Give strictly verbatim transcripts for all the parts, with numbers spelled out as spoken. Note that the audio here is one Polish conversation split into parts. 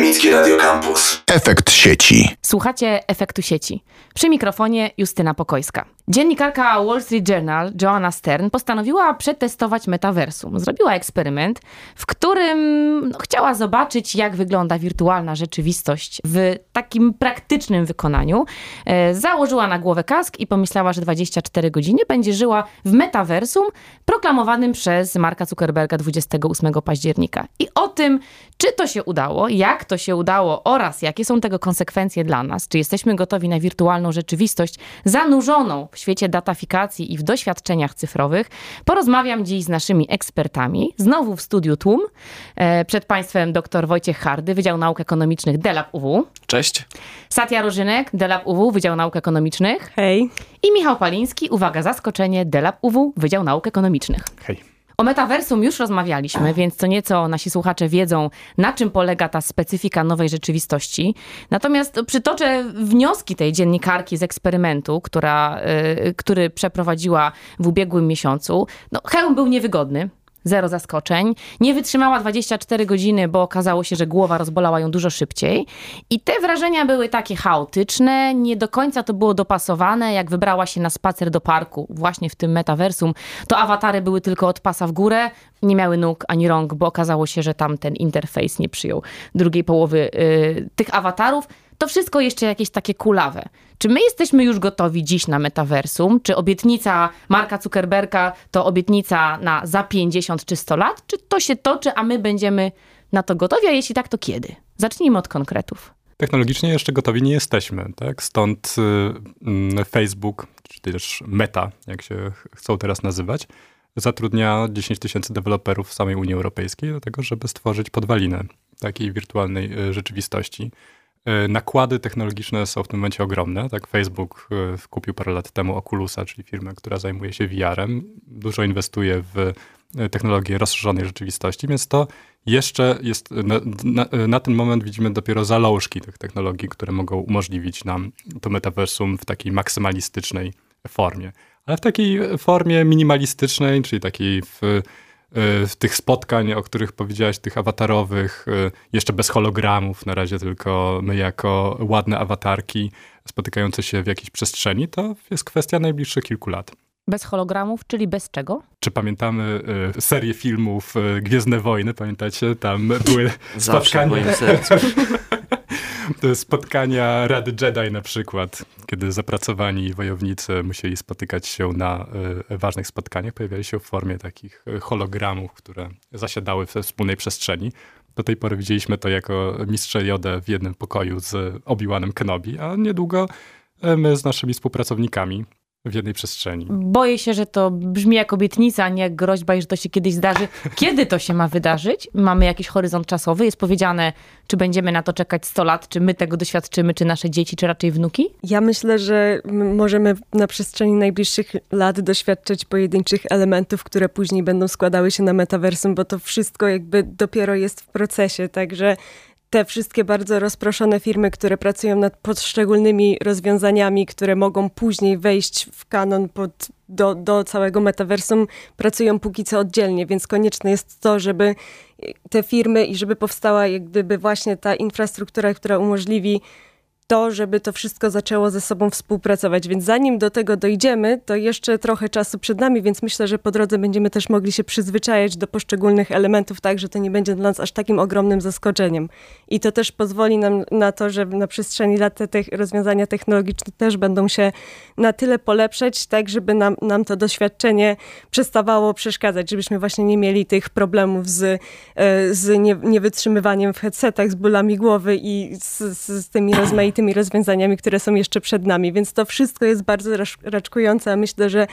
Akademickie Radio Campus. Efekt sieci. Słuchacie Efektu sieci. Przy mikrofonie Justyna Pokojska. Dziennikarka Wall Street Journal Joanna Stern postanowiła przetestować metaversum. Zrobiła eksperyment, w którym no, chciała zobaczyć, jak wygląda wirtualna rzeczywistość w takim praktycznym wykonaniu. E, założyła na głowę kask i pomyślała, że dwadzieścia cztery godziny będzie żyła w metaversum proklamowanym przez Marka Zuckerberga dwudziestego ósmego października. I o tym, czy to się udało, jak to się udało oraz jakie są tego konsekwencje dla nas, czy jesteśmy gotowi na wirtualną rzeczywistość zanurzoną w świecie datafikacji i w doświadczeniach cyfrowych, porozmawiam dziś z naszymi ekspertami. Znowu w studiu tłum. E, przed Państwem dr Wojciech Hardy, Wydział Nauk Ekonomicznych D L A B U W. Cześć. Satya Rożynek, D L A B U W, Wydział Nauk Ekonomicznych. Hej. I Michał Paliński, uwaga, zaskoczenie, D L A B U W, Wydział Nauk Ekonomicznych. Hej. O metaversum już rozmawialiśmy, więc co nieco nasi słuchacze wiedzą, na czym polega ta specyfika nowej rzeczywistości. Natomiast przytoczę wnioski tej dziennikarki z eksperymentu, która, yy, który przeprowadziła w ubiegłym miesiącu. No, hełm był niewygodny. Zero zaskoczeń. Nie wytrzymała dwadzieścia cztery godziny, bo okazało się, że głowa rozbolała ją dużo szybciej. I te wrażenia były takie chaotyczne, nie do końca to było dopasowane. Jak wybrała się na spacer do parku, właśnie w tym metaversum, to awatary były tylko od pasa w górę, nie miały nóg ani rąk, bo okazało się, że tam ten interfejs nie przyjął drugiej połowy yy, tych awatarów. To wszystko jeszcze jakieś takie kulawe. Czy my jesteśmy już gotowi dziś na metaversum? Czy obietnica Marka Zuckerberga to obietnica na za pięćdziesiąt czy sto lat? Czy to się toczy, a my będziemy na to gotowi? A jeśli tak, to kiedy? Zacznijmy od konkretów. Technologicznie jeszcze gotowi nie jesteśmy, tak? Stąd y, Facebook, czy też Meta, jak się chcą teraz nazywać, zatrudnia dziesięć tysięcy deweloperów w samej Unii Europejskiej do tego, żeby stworzyć podwalinę takiej wirtualnej y, rzeczywistości. Nakłady technologiczne są w tym momencie ogromne. Tak, Facebook kupił parę lat temu Oculusa, czyli firmę, która zajmuje się V R-em. Dużo inwestuje w technologię rozszerzonej rzeczywistości, więc to jeszcze jest, na, na, na ten moment widzimy dopiero zalążki tych technologii, które mogą umożliwić nam to metaversum w takiej maksymalistycznej formie. Ale w takiej formie minimalistycznej, czyli takiej w w tych spotkań, o których powiedziałaś, tych awatarowych, jeszcze bez hologramów, na razie tylko my jako ładne awatarki spotykające się w jakiejś przestrzeni, to jest kwestia najbliższych kilku lat. Bez hologramów, czyli bez czego? Czy pamiętamy y, serię filmów y, Gwiezdne Wojny? Pamiętacie? Tam były spotkania... w moim sercu. To spotkania Rady Jedi na przykład, kiedy zapracowani wojownicy musieli spotykać się na y, ważnych spotkaniach, pojawiali się w formie takich hologramów, które zasiadały we wspólnej przestrzeni. Do tej pory widzieliśmy to jako mistrze Jodę w jednym pokoju z Obi-Wanem Kenobi, a niedługo my z naszymi współpracownikami w jednej przestrzeni. Boję się, że to brzmi jak obietnica, a nie jak groźba i że to się kiedyś zdarzy. Kiedy to się ma wydarzyć? Mamy jakiś horyzont czasowy? Jest powiedziane, czy będziemy na to czekać sto lat, czy my tego doświadczymy, czy nasze dzieci, czy raczej wnuki? Ja myślę, że możemy na przestrzeni najbliższych lat doświadczyć pojedynczych elementów, które później będą składały się na metaversum, bo to wszystko jakby dopiero jest w procesie, także te wszystkie bardzo rozproszone firmy, które pracują nad poszczególnymi rozwiązaniami, które mogą później wejść w kanon pod, do, do całego metaversum, pracują póki co oddzielnie, więc konieczne jest to, żeby te firmy i żeby powstała jak gdyby właśnie ta infrastruktura, która umożliwi to, żeby to wszystko zaczęło ze sobą współpracować. Więc zanim do tego dojdziemy, to jeszcze trochę czasu przed nami, więc myślę, że po drodze będziemy też mogli się przyzwyczajać do poszczególnych elementów, tak, że to nie będzie dla nas aż takim ogromnym zaskoczeniem. I to też pozwoli nam na to, że na przestrzeni lat te, te rozwiązania technologiczne też będą się na tyle polepszać, tak, żeby nam, nam to doświadczenie przestawało przeszkadzać, żebyśmy właśnie nie mieli tych problemów z, z nie, niewytrzymywaniem w headsetach, z bólami głowy i z, z tymi rozmaitymi tymi rozwiązaniami, które są jeszcze przed nami. Więc to wszystko jest bardzo raczkujące, a myślę, że,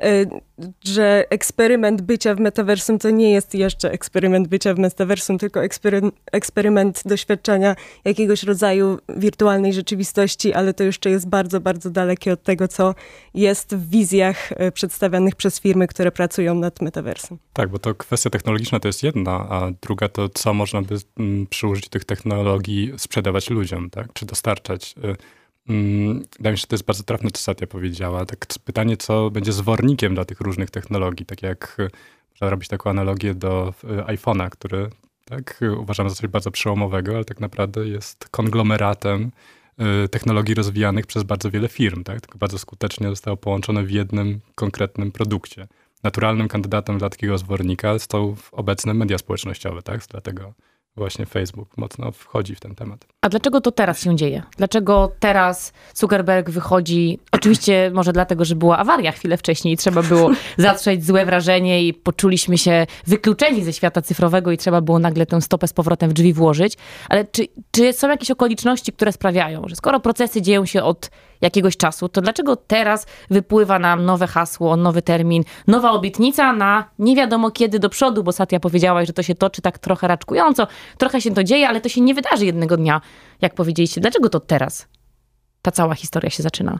że eksperyment bycia w metaversum to nie jest jeszcze eksperyment bycia w metaversum, tylko ekspery- eksperyment doświadczenia jakiegoś rodzaju wirtualnej rzeczywistości, ale to jeszcze jest bardzo, bardzo dalekie od tego, co jest w wizjach przedstawianych przez firmy, które pracują nad metaversum. Tak, bo to kwestia technologiczna to jest jedna, a druga to, co można by przy użyciu tych technologii sprzedawać ludziom, tak? Czy dostarczać. Wydaje mi się, że to jest bardzo trafne, co Satya powiedziała. Tak pytanie, co będzie zwornikiem dla tych różnych technologii, tak jak można robić taką analogię do iPhone'a, który Tak? Uważamy za coś bardzo przełomowego, ale tak naprawdę jest konglomeratem technologii rozwijanych przez bardzo wiele firm. Tak? Tylko bardzo skutecznie zostało połączone w jednym konkretnym produkcie. Naturalnym kandydatem dla takiego zwornika są obecne media społecznościowe, tak? Dlatego właśnie Facebook mocno wchodzi w ten temat. A dlaczego to teraz się dzieje? Dlaczego teraz Zuckerberg wychodzi? Oczywiście może dlatego, że była awaria chwilę wcześniej i trzeba było zatrzeć złe wrażenie i poczuliśmy się wykluczeni ze świata cyfrowego i trzeba było nagle tę stopę z powrotem w drzwi włożyć. Ale czy, czy są jakieś okoliczności, które sprawiają, że skoro procesy dzieją się od jakiegoś czasu, to dlaczego teraz wypływa nam nowe hasło, nowy termin, nowa obietnica na nie wiadomo kiedy do przodu, bo Satya powiedziałaś, że to się toczy tak trochę raczkująco, trochę się to dzieje, ale to się nie wydarzy jednego dnia, jak powiedzieliście. Dlaczego to teraz ta cała historia się zaczyna?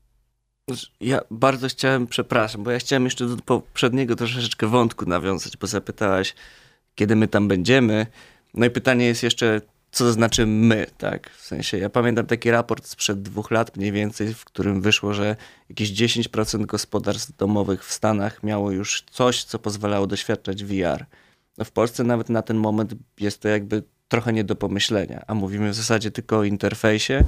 Ja bardzo chciałem, przepraszam, bo ja chciałem jeszcze do poprzedniego troszeczkę wątku nawiązać, bo zapytałaś, kiedy my tam będziemy. No i pytanie jest jeszcze, co to znaczy my, tak? W sensie, ja pamiętam taki raport sprzed dwóch lat mniej więcej, w którym wyszło, że jakieś dziesięć procent gospodarstw domowych w Stanach miało już coś, co pozwalało doświadczać V R. No w Polsce nawet na ten moment jest to jakby trochę nie do pomyślenia, a mówimy w zasadzie tylko o interfejsie,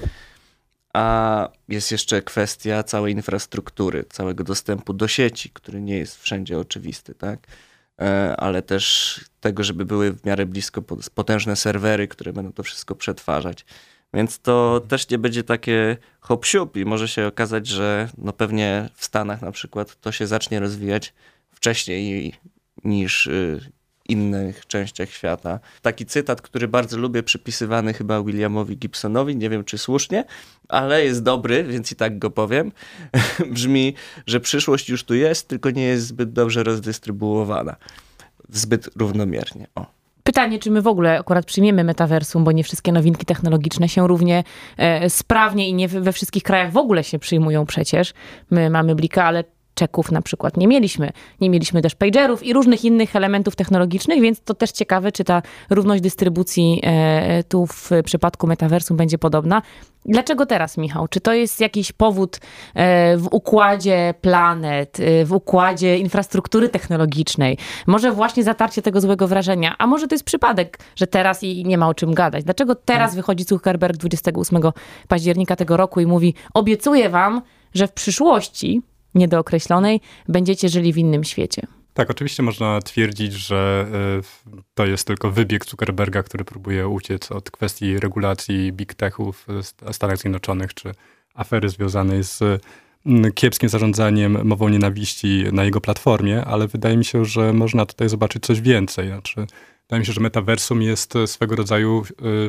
a jest jeszcze kwestia całej infrastruktury, całego dostępu do sieci, który nie jest wszędzie oczywisty, tak? Ale też tego, żeby były w miarę blisko potężne serwery, które będą to wszystko przetwarzać. Więc to też nie będzie takie hop-siup i może się okazać, że no pewnie w Stanach na przykład to się zacznie rozwijać wcześniej niż innych częściach świata. Taki cytat, który bardzo lubię, przypisywany chyba Williamowi Gibsonowi, nie wiem czy słusznie, ale jest dobry, więc i tak go powiem. Brzmi, że przyszłość już tu jest, tylko nie jest zbyt dobrze rozdystrybuowana. Zbyt równomiernie. O. Pytanie, czy my w ogóle akurat przyjmiemy metaversum, bo nie wszystkie nowinki technologiczne się równie e, sprawnie i nie we wszystkich krajach w ogóle się przyjmują przecież. My mamy Blika, ale czeków na przykład nie mieliśmy. Nie mieliśmy też pagerów i różnych innych elementów technologicznych, więc to też ciekawe, czy ta równość dystrybucji e, tu w przypadku metaversum będzie podobna. Dlaczego teraz, Michał? Czy to jest jakiś powód e, w układzie planet, e, w układzie infrastruktury technologicznej? Może właśnie zatarcie tego złego wrażenia? A może to jest przypadek, że teraz i nie ma o czym gadać? Dlaczego teraz wychodzi Zuckerberg dwudziestego ósmego października tego roku i mówi: obiecuję wam, że w przyszłości niedookreślonej będziecie żyli w innym świecie? Tak, oczywiście można twierdzić, że to jest tylko wybieg Zuckerberga, który próbuje uciec od kwestii regulacji big techów w Stanach Zjednoczonych, czy afery związanej z kiepskim zarządzaniem mową nienawiści na jego platformie, ale wydaje mi się, że można tutaj zobaczyć coś więcej. Znaczy, wydaje mi się, że metaversum jest swego rodzaju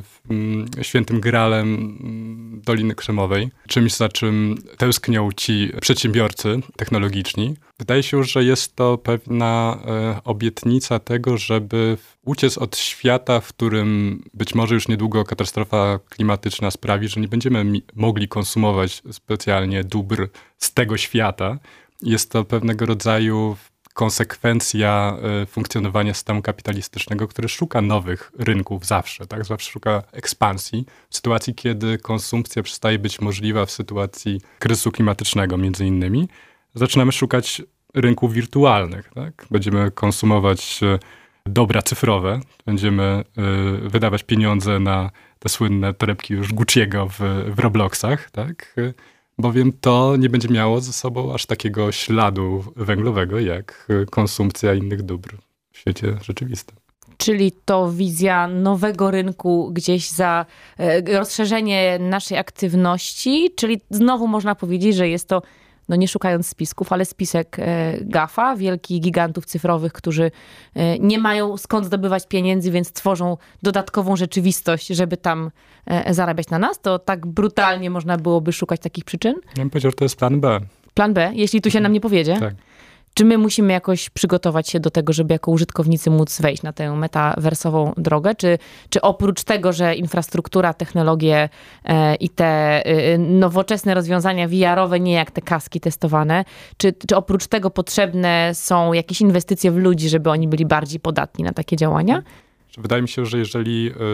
świętym graalem Doliny Krzemowej, czymś, za czym tęsknią ci przedsiębiorcy technologiczni. Wydaje się, że jest to pewna obietnica tego, żeby uciec od świata, w którym być może już niedługo katastrofa klimatyczna sprawi, że nie będziemy mogli konsumować specjalnie dóbr z tego świata. Jest to pewnego rodzaju konsekwencja funkcjonowania systemu kapitalistycznego, który szuka nowych rynków zawsze, tak? Zawsze szuka ekspansji. W sytuacji, kiedy konsumpcja przestaje być możliwa, w sytuacji kryzysu klimatycznego między innymi, zaczynamy szukać rynków wirtualnych, tak? Będziemy konsumować dobra cyfrowe, będziemy wydawać pieniądze na te słynne torebki już Gucci'ego w, w Robloxach, tak? Bowiem to nie będzie miało ze sobą aż takiego śladu węglowego, jak konsumpcja innych dóbr w świecie rzeczywistym. Czyli to wizja nowego rynku gdzieś za rozszerzenie naszej aktywności, czyli znowu można powiedzieć, że jest to, no nie szukając spisków, ale spisek gafa, wielkich gigantów cyfrowych, którzy nie mają skąd zdobywać pieniędzy, więc tworzą dodatkową rzeczywistość, żeby tam zarabiać na nas. To tak brutalnie można byłoby szukać takich przyczyn? Ja bym powiedział, że to jest plan B. Plan B, jeśli tu się nam nie powiedzie? Tak. Czy my musimy jakoś przygotować się do tego, żeby jako użytkownicy móc wejść na tę metaversową drogę? Czy, czy oprócz tego, że infrastruktura, technologie e, i te e, nowoczesne rozwiązania V R-owe, nie jak te kaski testowane, czy, czy oprócz tego potrzebne są jakieś inwestycje w ludzi, żeby oni byli bardziej podatni na takie działania? Wydaje mi się, że jeżeli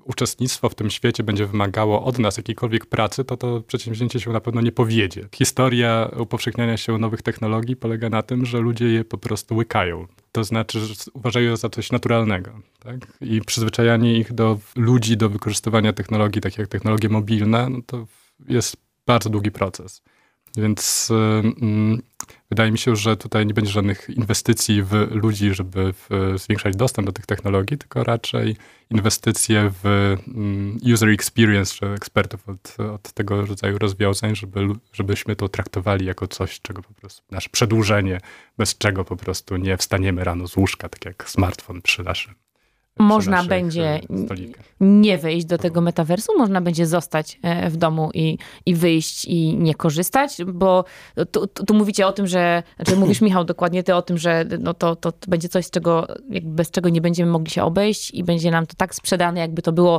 uczestnictwo w tym świecie będzie wymagało od nas jakiejkolwiek pracy, to to przedsięwzięcie się na pewno nie powiedzie. Historia upowszechniania się nowych technologii polega na tym, że ludzie je po prostu łykają. To znaczy, że uważają je za coś naturalnego. Tak? I przyzwyczajanie ich do ludzi, do wykorzystywania technologii, takich jak technologie mobilne, no to jest bardzo długi proces. Więc yy, wydaje mi się, że tutaj nie będzie żadnych inwestycji w ludzi, żeby w, zwiększać dostęp do tych technologii, tylko raczej inwestycje w yy, user experience, czy ekspertów od, od tego rodzaju rozwiązań, żeby, żebyśmy to traktowali jako coś, czego po prostu nasze przedłużenie, bez czego po prostu nie wstaniemy rano z łóżka, tak jak smartfon przy naszym. Można będzie nie wyjść do tego metaversu, można będzie zostać w domu i, i wyjść i nie korzystać, bo tu, tu, tu mówicie o tym, że, znaczy mówisz Michał dokładnie ty o tym, że no to, to, to będzie coś, z czego, jakby bez czego nie będziemy mogli się obejść i będzie nam to tak sprzedane, jakby to było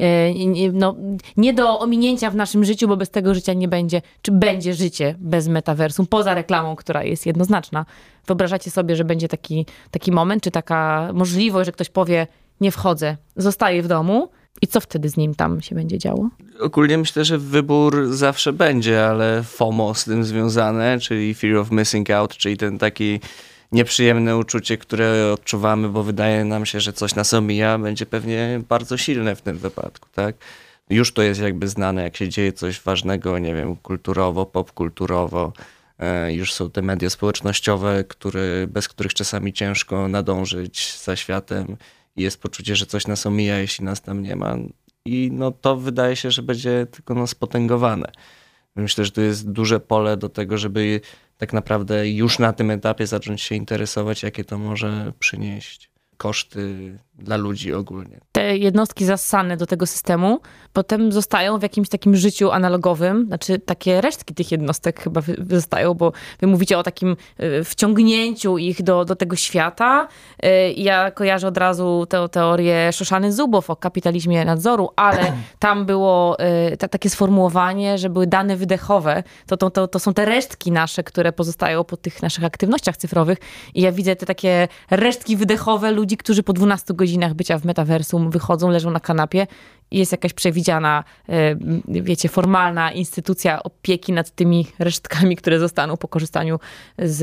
no, nie do ominięcia w naszym życiu, bo bez tego życia nie będzie, czy będzie życie bez metaversum, poza reklamą, która jest jednoznaczna. Wyobrażacie sobie, że będzie taki, taki moment, czy taka możliwość, że ktoś powie, nie wchodzę, zostaję w domu i co wtedy z nim tam się będzie działo? Ogólnie myślę, że wybór zawsze będzie, ale FOMO z tym związane, czyli fear of missing out, czyli ten taki nieprzyjemne uczucie, które odczuwamy, bo wydaje nam się, że coś nas omija, będzie pewnie bardzo silne w tym wypadku, tak? Już to jest jakby znane, jak się dzieje coś ważnego, nie wiem, kulturowo, popkulturowo. Już są te media społecznościowe, które, bez których czasami ciężko nadążyć za światem. Jest poczucie, że coś nas omija, jeśli nas tam nie ma. I no to wydaje się, że będzie tylko no spotęgowane. Myślę, że tu jest duże pole do tego, żeby tak naprawdę już na tym etapie zacząć się interesować, jakie to może przynieść koszty dla ludzi ogólnie. Te jednostki zassane do tego systemu potem zostają w jakimś takim życiu analogowym, znaczy takie resztki tych jednostek chyba zostają, bo wy mówicie o takim wciągnięciu ich do, do tego świata. Ja kojarzę od razu tę teorię Szoszany Zubow o kapitalizmie nadzoru, ale tam było ta, takie sformułowanie, że były dane wydechowe. To, to, to, to są te resztki nasze, które pozostają po tych naszych aktywnościach cyfrowych i ja widzę te takie resztki wydechowe ludzi, którzy po dwunastu godzinach bycia w metaversum wychodzą, leżą na kanapie i jest jakaś przewidziana, wiecie, formalna instytucja opieki nad tymi resztkami, które zostaną po korzystaniu z,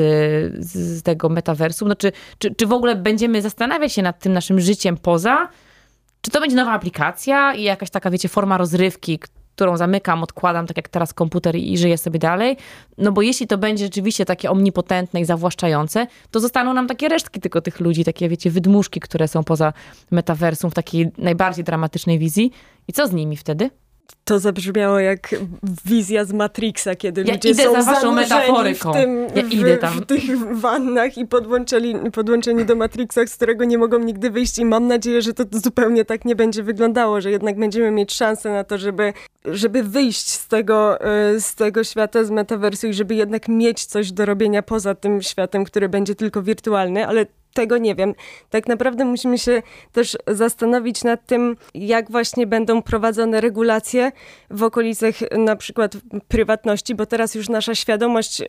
z tego metaversum. No, czy, czy, czy w ogóle będziemy zastanawiać się nad tym naszym życiem poza? Czy to będzie nowa aplikacja i jakaś taka, wiecie, forma rozrywki, którą zamykam, odkładam, tak jak teraz komputer i, i żyję sobie dalej. No bo jeśli to będzie rzeczywiście takie omnipotentne i zawłaszczające, to zostaną nam takie resztki tylko tych ludzi, takie, wiecie, wydmuszki, które są poza metaversum w takiej najbardziej dramatycznej wizji. I co z nimi wtedy? To zabrzmiało jak wizja z Matrixa, kiedy ja ludzie idę są za waszą metaforyką. w, tym, ja w, idę tam. w tych wannach i podłączeni, podłączeni do Matrixa, z którego nie mogą nigdy wyjść i mam nadzieję, że to zupełnie tak nie będzie wyglądało, że jednak będziemy mieć szansę na to, żeby, żeby wyjść z tego, z tego świata, z metaversu i żeby jednak mieć coś do robienia poza tym światem, który będzie tylko wirtualny, ale tego nie wiem. Tak naprawdę musimy się też zastanowić nad tym, jak właśnie będą prowadzone regulacje w okolicach na przykład prywatności, bo teraz już nasza świadomość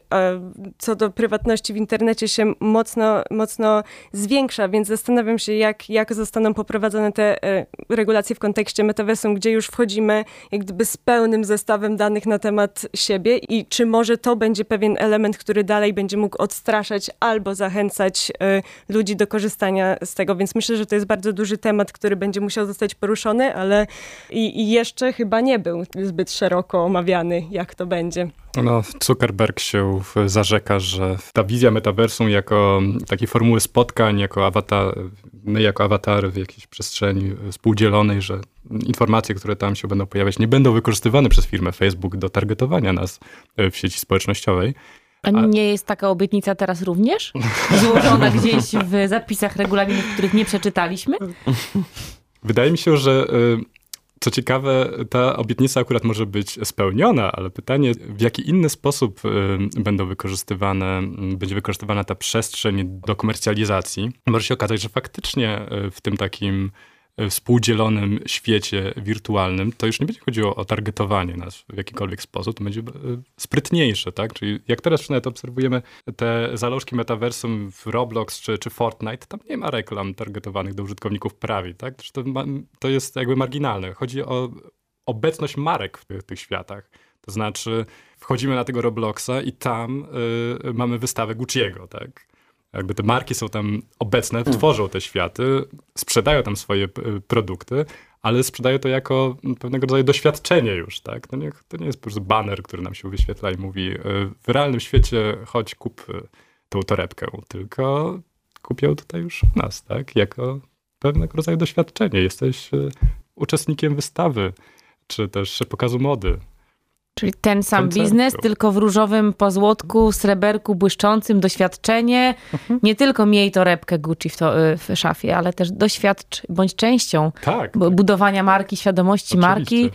co do prywatności w internecie się mocno, mocno zwiększa, więc zastanawiam się, jak, jak zostaną poprowadzone te regulacje w kontekście metaversum, gdzie już wchodzimy jak gdyby z pełnym zestawem danych na temat siebie i czy może to będzie pewien element, który dalej będzie mógł odstraszać albo zachęcać ludzi do korzystania z tego, więc myślę, że to jest bardzo duży temat, który będzie musiał zostać poruszony, ale i, i jeszcze chyba nie był zbyt szeroko omawiany, jak to będzie. No, Zuckerberg się zarzeka, że ta wizja metaversum jako takiej formuły spotkań, jako awatar, my jako awatary w jakiejś przestrzeni współdzielonej, że informacje, które tam się będą pojawiać, nie będą wykorzystywane przez firmę Facebook do targetowania nas w sieci społecznościowej. A nie jest taka obietnica teraz również? Złożona gdzieś w zapisach regulaminów, których nie przeczytaliśmy? Wydaje mi się, że co ciekawe, ta obietnica akurat może być spełniona, ale pytanie, w jaki inny sposób będą wykorzystywane, będzie wykorzystywana ta przestrzeń do komercjalizacji. Może się okazać, że faktycznie w tym takim współdzielonym świecie wirtualnym, to już nie będzie chodziło o targetowanie nas w jakikolwiek sposób, to będzie sprytniejsze, tak? Czyli jak teraz nawet obserwujemy te zalążki metaversum w Roblox czy, czy Fortnite, tam nie ma reklam targetowanych do użytkowników prawi, tak? To, ma, to jest jakby marginalne. Chodzi o obecność marek w tych, tych światach. To znaczy wchodzimy na tego Robloxa i tam y, mamy wystawę Gucci'ego, tak? Jakby te marki są tam obecne, tworzą te światy, sprzedają tam swoje y, produkty, ale sprzedają to jako pewnego rodzaju doświadczenie już, tak? To nie, to nie jest po prostu baner, który nam się wyświetla i mówi y, w realnym świecie chodź kup y, tą torebkę, tylko kupią tutaj już u nas, tak? Jako pewnego rodzaju doświadczenie. Jesteś y, uczestnikiem wystawy, czy też pokazu mody. Czyli ten sam koncertu. biznes, tylko w różowym pozłotku, sreberku błyszczącym, doświadczenie. Mhm. Nie tylko miej torebkę Gucci w, to, w szafie, ale też doświadcz, bądź częścią tak, b- budowania marki, świadomości Oczywiście. marki.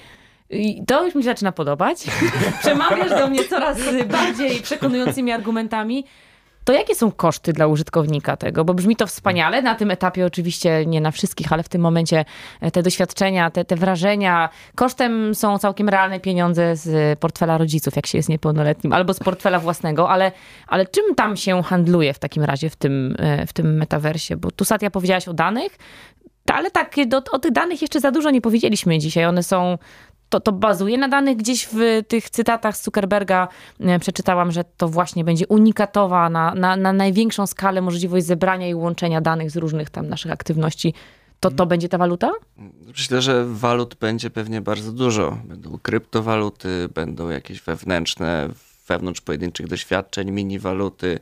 I to już mi się zaczyna podobać. Przemawiasz do mnie coraz bardziej przekonującymi argumentami. To jakie są koszty dla użytkownika tego? Bo brzmi to wspaniale. Na tym etapie oczywiście nie na wszystkich, ale w tym momencie te doświadczenia, te, te wrażenia kosztem są całkiem realne pieniądze z portfela rodziców, jak się jest niepełnoletnim, albo z portfela własnego, ale, ale czym tam się handluje w takim razie w tym, w tym metaversie? Bo tu, Satya, powiedziałaś o danych, ale tak, do, o tych danych jeszcze za dużo nie powiedzieliśmy dzisiaj. One są... To, to bazuje na danych. Gdzieś w tych cytatach z Zuckerberga przeczytałam, że to właśnie będzie unikatowa na, na, na największą skalę możliwość zebrania i łączenia danych z różnych tam naszych aktywności. To to będzie ta waluta? Myślę, że walut będzie pewnie bardzo dużo. Będą kryptowaluty, będą jakieś wewnętrzne, wewnątrz pojedynczych doświadczeń, mini waluty.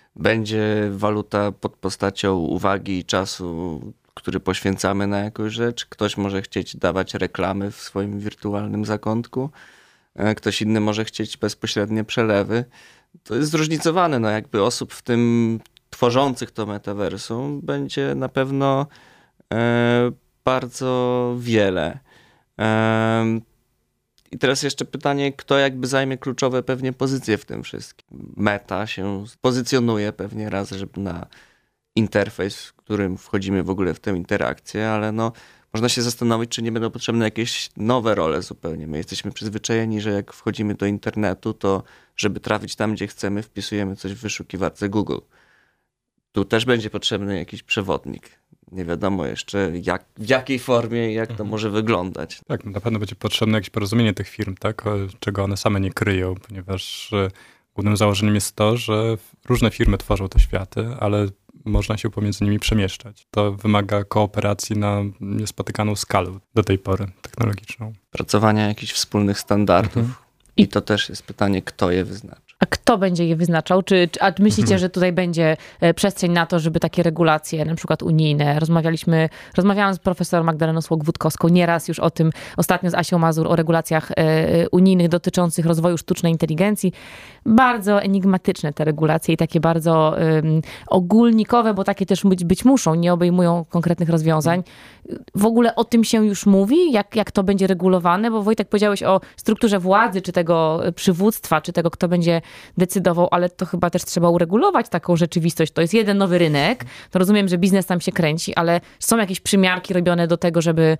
Będzie waluta pod postacią uwagi i czasu, który poświęcamy na jakąś rzecz. Ktoś może chcieć dawać reklamy w swoim wirtualnym zakątku. Ktoś inny może chcieć bezpośrednie przelewy. To jest zróżnicowane. No jakby osób w tym tworzących to metaversum będzie na pewno e, bardzo wiele. E, I teraz jeszcze pytanie, kto jakby zajmie kluczowe pewnie pozycje w tym wszystkim. Meta się pozycjonuje pewnie raz, żeby na interfejs, w którym wchodzimy w ogóle w tę interakcję, ale no można się zastanowić, czy nie będą potrzebne jakieś nowe role zupełnie. My jesteśmy przyzwyczajeni, że jak wchodzimy do internetu, to żeby trafić tam, gdzie chcemy, wpisujemy coś w wyszukiwarce Google. Tu też będzie potrzebny jakiś przewodnik. Nie wiadomo jeszcze jak, w jakiej formie i jak to mhm. może wyglądać. Tak, na pewno będzie potrzebne jakieś porozumienie tych firm, tak, czego one same nie kryją, ponieważ głównym założeniem jest to, że różne firmy tworzą te światy, ale można się pomiędzy nimi przemieszczać. To wymaga kooperacji na niespotykaną skalę do tej pory technologiczną. Pracowania jakichś wspólnych standardów. Mhm. I to też jest pytanie, kto je wyznaczy. A kto będzie je wyznaczał? Czy, czy, a myślicie, że tutaj będzie przestrzeń na to, żeby takie regulacje, na przykład unijne, rozmawialiśmy, rozmawiałam z profesor Magdaleną Słok-Wódkowską nieraz już o tym, ostatnio z Asią Mazur, o regulacjach e, unijnych dotyczących rozwoju sztucznej inteligencji. Bardzo enigmatyczne te regulacje i takie bardzo e, ogólnikowe, bo takie też być, być muszą, nie obejmują konkretnych rozwiązań. W ogóle o tym się już mówi, jak, jak to będzie regulowane, bo Wojtek, powiedziałeś o strukturze władzy, czy tego przywództwa, czy tego, kto będzie decydował, ale to chyba też trzeba uregulować taką rzeczywistość. To jest jeden nowy rynek, to rozumiem, że biznes tam się kręci, ale są jakieś przymiarki robione do tego, żeby,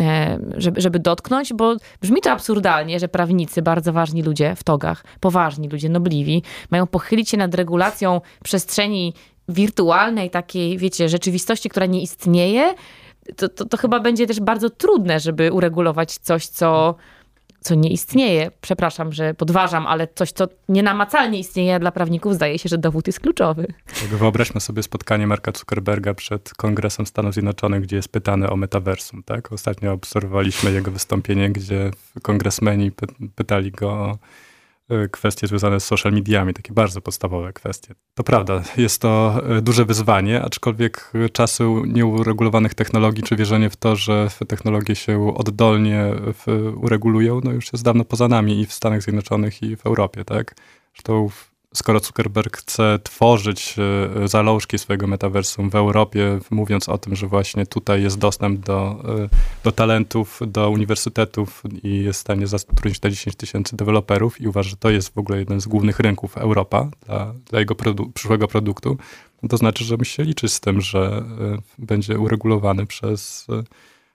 żeby, żeby dotknąć, bo brzmi to absurdalnie, że prawnicy, bardzo ważni ludzie w togach, poważni ludzie, nobliwi, mają pochylić się nad regulacją przestrzeni wirtualnej, takiej, wiecie, rzeczywistości, która nie istnieje. To, to, to chyba będzie też bardzo trudne, żeby uregulować coś, co co nie istnieje. Przepraszam, że podważam, ale coś, co nienamacalnie istnieje, a dla prawników zdaje się, że dowód jest kluczowy. Wyobraźmy sobie spotkanie Marka Zuckerberga przed Kongresem Stanów Zjednoczonych, gdzie jest pytany o metaversum. Tak? Ostatnio obserwowaliśmy jego wystąpienie, gdzie kongresmeni py- pytali go o kwestie związane z social mediami, takie bardzo podstawowe kwestie. To prawda, jest to duże wyzwanie, aczkolwiek czasy nieuregulowanych technologii, czy wierzenie w to, że technologie się oddolnie uregulują, no już jest dawno poza nami i w Stanach Zjednoczonych, i w Europie, tak? Zresztą skoro Zuckerberg chce tworzyć zalążki swojego metaversum w Europie, mówiąc o tym, że właśnie tutaj jest dostęp do, do talentów, do uniwersytetów i jest w stanie zatrudnić te dziesięć tysięcy deweloperów i uważa, że to jest w ogóle jeden z głównych rynków Europa dla, dla jego produ- przyszłego produktu, to znaczy, że musi się liczyć z tym, że będzie uregulowany przez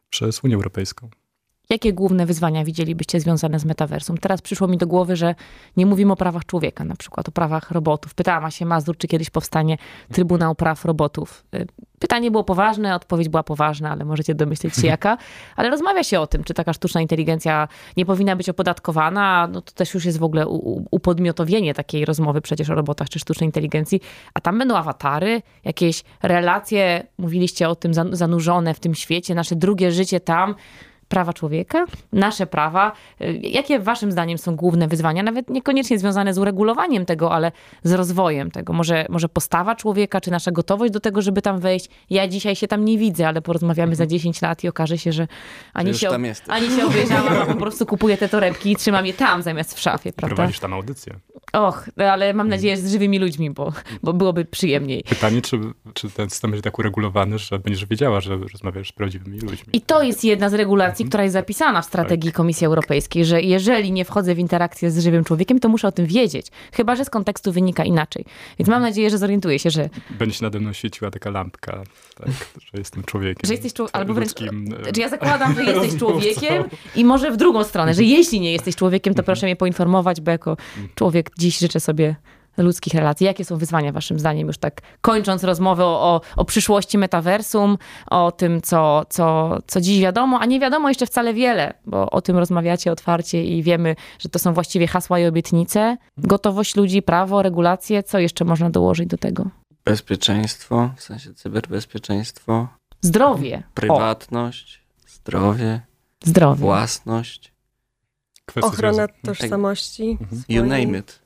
przez Unię Europejską. Jakie główne wyzwania widzielibyście związane z metaversum? Teraz przyszło mi do głowy, że nie mówimy o prawach człowieka, na przykład o prawach robotów. Pytała się Mazur, czy kiedyś powstanie Trybunał Praw Robotów. Pytanie było poważne, odpowiedź była poważna, ale możecie domyśleć się jaka. Ale rozmawia się o tym, czy taka sztuczna inteligencja nie powinna być opodatkowana. No to też już jest w ogóle upodmiotowienie takiej rozmowy przecież o robotach czy sztucznej inteligencji. A tam będą awatary, jakieś relacje, mówiliście o tym, zanurzone w tym świecie, nasze drugie życie tam. Prawa człowieka, nasze prawa. Jakie waszym zdaniem są główne wyzwania? Nawet niekoniecznie związane z uregulowaniem tego, ale z rozwojem tego. Może, może postawa człowieka, czy nasza gotowość do tego, żeby tam wejść. Ja dzisiaj się tam nie widzę, ale porozmawiamy za dziesięć lat i okaże się, że ani się, ani się obejrzałam, a po prostu kupuję te torebki i trzymam je tam zamiast w szafie, prawda? Prowadzisz tam audycję. Och, ale mam nadzieję, że z żywymi ludźmi, bo, bo byłoby przyjemniej. Pytanie, czy, czy ten system będzie tak uregulowany, że będziesz wiedziała, że rozmawiasz z prawdziwymi ludźmi. I to jest jedna z regulacji, która jest zapisana w strategii Komisji Europejskiej, że jeżeli nie wchodzę w interakcję z żywym człowiekiem, to muszę o tym wiedzieć. Chyba że z kontekstu wynika inaczej. Więc mam nadzieję, że zorientuję się, że... Będzie się nade mną świeciła taka lampka, tak, że jestem człowiekiem. Że jesteś człowiekiem, albo wręcz... ludzkim, Że ja zakładam, że jesteś człowiekiem i może w drugą stronę, że jeśli nie jesteś człowiekiem, to proszę mnie poinformować, bo jako człowiek dziś życzę sobie ludzkich relacji. Jakie są wyzwania waszym zdaniem, już tak kończąc rozmowę o, o, o przyszłości metaversum, o tym, co, co, co dziś wiadomo, a nie wiadomo jeszcze wcale wiele, bo o tym rozmawiacie otwarcie i wiemy, że to są właściwie hasła i obietnice. Gotowość ludzi, prawo, regulacje. Co jeszcze można dołożyć do tego? Bezpieczeństwo, w sensie cyberbezpieczeństwo. Zdrowie. Prywatność, o. zdrowie. Zdrowie. Własność. Kwestie Ochrona związane. tożsamości. Mhm. You name it.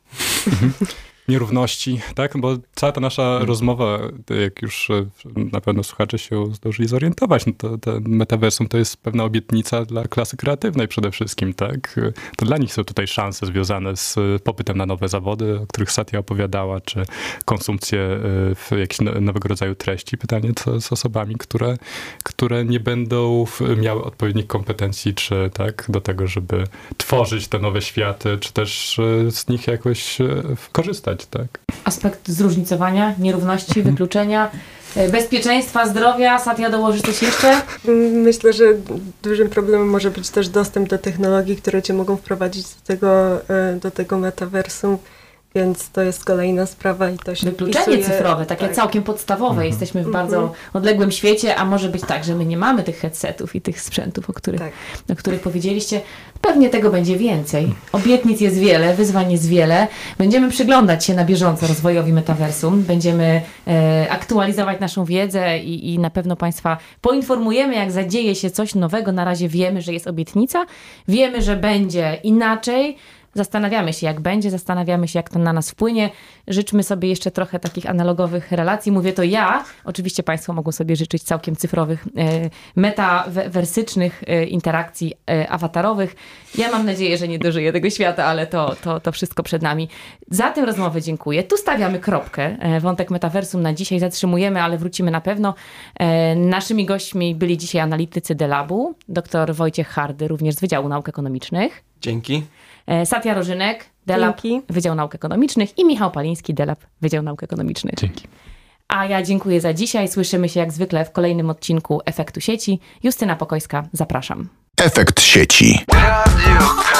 Nierówności, tak? Bo cała ta nasza hmm. rozmowa, jak już na pewno słuchacze się zdążyli zorientować, no to ten metaversum to jest pewna obietnica dla klasy kreatywnej przede wszystkim, tak? To dla nich są tutaj szanse związane z popytem na nowe zawody, o których Satya opowiadała, czy konsumpcję jakichś nowego rodzaju treści. Pytanie, co z osobami, które, które nie będą miały odpowiednich kompetencji, czy tak, do tego, żeby tworzyć te nowe światy, czy też z nich jakoś korzystać. Tak. Aspekt zróżnicowania, nierówności, wykluczenia, bezpieczeństwa, zdrowia. Satya, dołożysz coś jeszcze? Myślę, że dużym problemem może być też dostęp do technologii, które cię mogą wprowadzić do tego, do tego metaversum. Więc to jest kolejna sprawa i to się Wykluczenie wpisuje, cyfrowe, takie tak. całkiem podstawowe. Mhm. Jesteśmy w bardzo mhm. odległym świecie, a może być tak, że my nie mamy tych headsetów i tych sprzętów, o których, tak. o których powiedzieliście. Pewnie tego będzie więcej. Obietnic jest wiele, wyzwań jest wiele. Będziemy przyglądać się na bieżąco rozwojowi metaversum. Będziemy e, aktualizować naszą wiedzę i, i na pewno Państwa poinformujemy, jak zadzieje się coś nowego. Na razie wiemy, że jest obietnica. Wiemy, że będzie inaczej. Zastanawiamy się, jak będzie, zastanawiamy się, jak to na nas wpłynie. Życzmy sobie jeszcze trochę takich analogowych relacji. Mówię to ja. Oczywiście Państwo mogą sobie życzyć całkiem cyfrowych, e, metawersycznych e, interakcji e, awatarowych. Ja mam nadzieję, że nie dożyję tego świata, ale to, to, to wszystko przed nami. Za tę rozmowę dziękuję. Tu stawiamy kropkę. E, wątek metaversum na dzisiaj zatrzymujemy, ale wrócimy na pewno. E, naszymi gośćmi byli dzisiaj analitycy Delabu, dr Wojciech Hardy, również z Wydziału Nauk Ekonomicznych. Dzięki. Satya Rożynek, Delab, Dzięki. Wydział Nauk Ekonomicznych i Michał Paliński, Delab, Wydział Nauk Ekonomicznych. Dzięki. A ja dziękuję za dzisiaj. Słyszymy się jak zwykle w kolejnym odcinku Efektu Sieci. Justyna Pokojska, zapraszam. Efekt Sieci. Radio